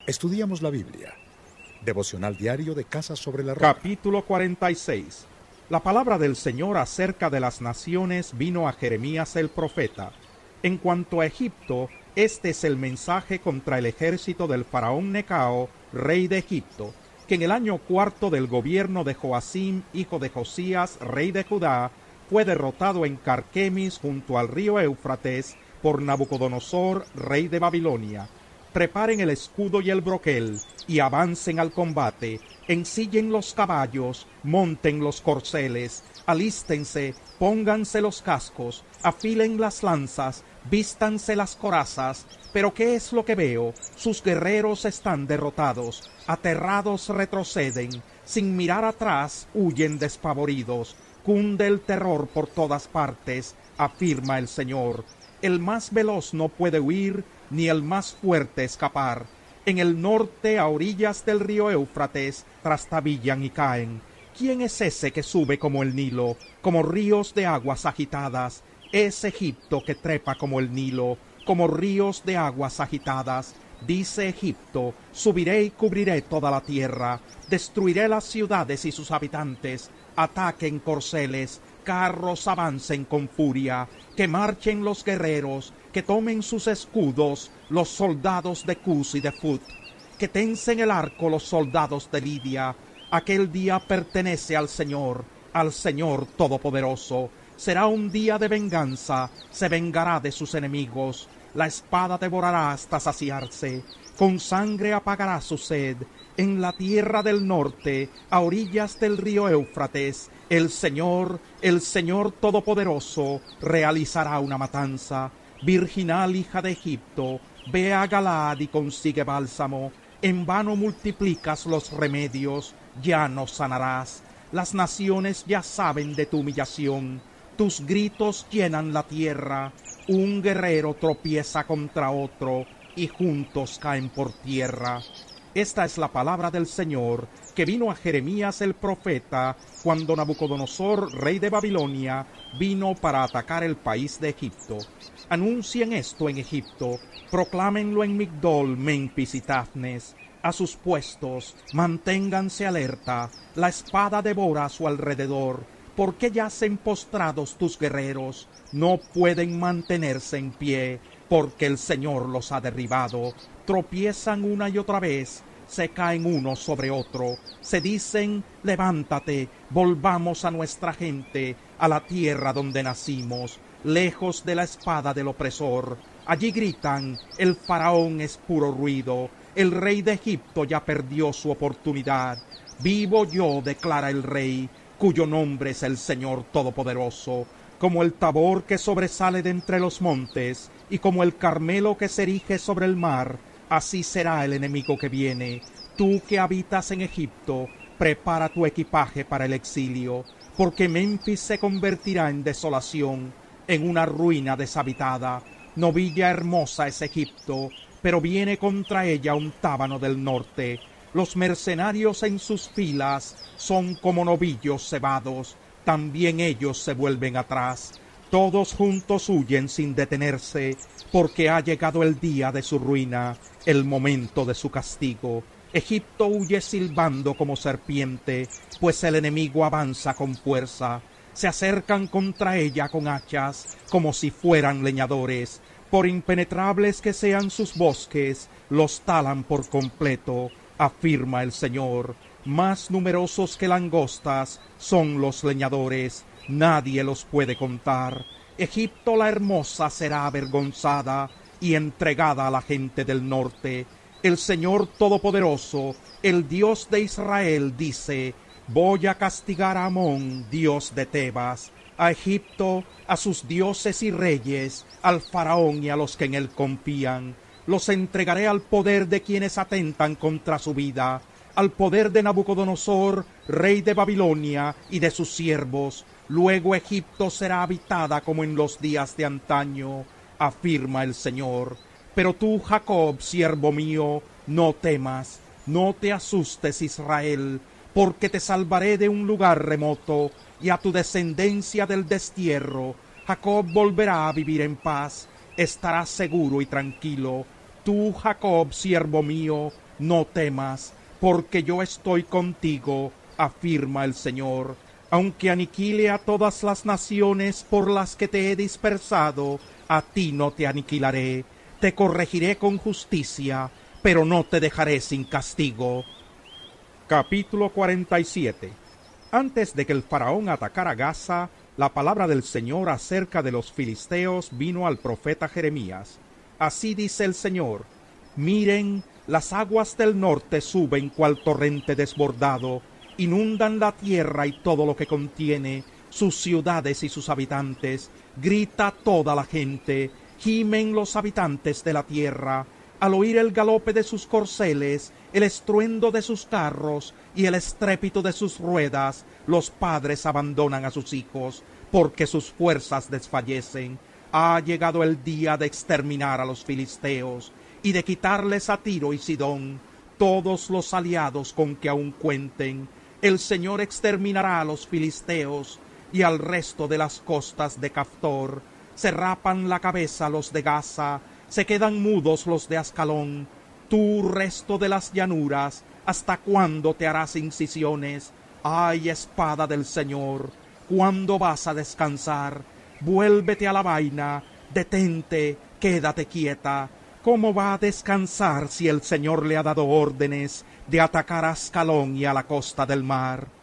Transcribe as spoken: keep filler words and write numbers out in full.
Estudiamos la Biblia. Devocional diario de Casa sobre la Roca. Capítulo cuarenta y seis. La palabra del Señor acerca de las naciones vino a Jeremías el profeta. En cuanto a Egipto, este es el mensaje contra el ejército del faraón Necao, rey de Egipto, que en el año cuarto del gobierno de Joacim, hijo de Josías, rey de Judá, fue derrotado en Carquemis junto al río Éufrates por Nabucodonosor, rey de Babilonia. Preparen el escudo y el broquel, y avancen al combate, ensillen los caballos, monten los corceles, alístense, pónganse los cascos, afilen las lanzas, vístanse las corazas. Pero ¿qué es lo que veo? Sus guerreros están derrotados, aterrados retroceden, sin mirar atrás huyen despavoridos, cunde el terror por todas partes, afirma el Señor. El más veloz no puede huir, ni el más fuerte escapar. En el norte, a orillas del río Éufrates, trastabillan y caen. ¿Quién es ese que sube como el Nilo, como ríos de aguas agitadas? Es Egipto que trepa como el Nilo, como ríos de aguas agitadas. Dice Egipto: subiré y cubriré toda la tierra, destruiré las ciudades y sus habitantes. Ataquen corceles, carros avancen con furia, que marchen los guerreros, que tomen sus escudos los soldados de Cus y de Fut, que tensen el arco los soldados de Lidia. Aquel día pertenece al Señor, al Señor Todopoderoso. Será un día de venganza, se vengará de sus enemigos. La espada devorará hasta saciarse, con sangre apagará su sed. En la tierra del norte, a orillas del río Éufrates, el Señor, el Señor Todopoderoso, realizará una matanza. Virginal hija de Egipto, ve a Galaad y consigue bálsamo. En vano multiplicas los remedios, ya no sanarás. Las naciones ya saben de tu humillación, tus gritos llenan la tierra. Un guerrero tropieza contra otro, y juntos caen por tierra. Esta es la palabra del Señor, que vino a Jeremías el profeta, cuando Nabucodonosor, rey de Babilonia, vino para atacar el país de Egipto. Anuncien esto en Egipto, proclámenlo en Migdol, Memphis y Tafnes. A sus puestos, manténganse alerta, la espada devora a su alrededor. ¿Por qué yacen postrados tus guerreros? No pueden mantenerse en pie, porque el Señor los ha derribado. Tropiezan una y otra vez, se caen uno sobre otro, se dicen: levántate, volvamos a nuestra gente, a la tierra donde nacimos, lejos de la espada del opresor. Allí gritan: el faraón es puro ruido, el rey de Egipto ya perdió su oportunidad. Vivo yo, declara el rey, cuyo nombre es el Señor Todopoderoso. Como el Tabor que sobresale de entre los montes, y como el Carmelo que se erige sobre el mar, así será el enemigo que viene. Tú que habitas en Egipto, prepara tu equipaje para el exilio, porque Memphis se convertirá en desolación, en una ruina deshabitada. Novilla hermosa es Egipto, pero viene contra ella un tábano del norte. Los mercenarios en sus filas son como novillos cebados, también ellos se vuelven atrás. Todos juntos huyen sin detenerse, porque ha llegado el día de su ruina, el momento de su castigo. Egipto huye silbando como serpiente, pues el enemigo avanza con fuerza. Se acercan contra ella con hachas, como si fueran leñadores. Por impenetrables que sean sus bosques, los talan por completo, afirma el Señor. Más numerosos que langostas son los leñadores, nadie los puede contar. Egipto la hermosa será avergonzada y entregada a la gente del norte. El Señor Todopoderoso, el Dios de Israel, dice: voy a castigar a Amón, dios de Tebas, a Egipto, a sus dioses y reyes, al faraón y a los que en él confían. Los entregaré al poder de quienes atentan contra su vida, al poder de Nabucodonosor, rey de Babilonia, y de sus siervos. Luego Egipto será habitada como en los días de antaño, afirma el Señor. Pero tú, Jacob, siervo mío, no temas, no te asustes, Israel, porque te salvaré de un lugar remoto, y a tu descendencia del destierro. Jacob volverá a vivir en paz, estará seguro y tranquilo. Tú, Jacob, siervo mío, no temas, porque yo estoy contigo, afirma el Señor. Aunque aniquile a todas las naciones por las que te he dispersado, a ti no te aniquilaré. Te corregiré con justicia, pero no te dejaré sin castigo. Capítulo cuarenta y siete. Antes de que el faraón atacara Gaza, la palabra del Señor acerca de los filisteos vino al profeta Jeremías. Así dice el Señor: miren, las aguas del norte suben cual torrente desbordado, inundan la tierra y todo lo que contiene, sus ciudades y sus habitantes. Grita toda la gente, gimen los habitantes de la tierra. Al oír el galope de sus corceles, el estruendo de sus carros y el estrépito de sus ruedas, los padres abandonan a sus hijos, porque sus fuerzas desfallecen. Ha llegado el día de exterminar a los filisteos y de quitarles a Tiro y Sidón todos los aliados con que aún cuenten. El Señor exterminará a los filisteos y al resto de las costas de Caftor. Se rapan la cabeza los de Gaza, se quedan mudos los de Ascalón. Tú, resto de las llanuras, ¿hasta cuándo te harás incisiones? ¡Ay, espada del Señor! ¿Cuándo vas a descansar? Vuélvete a la vaina, detente, quédate quieta. ¿Cómo va a descansar si el Señor le ha dado órdenes de atacar a Ascalón y a la costa del mar?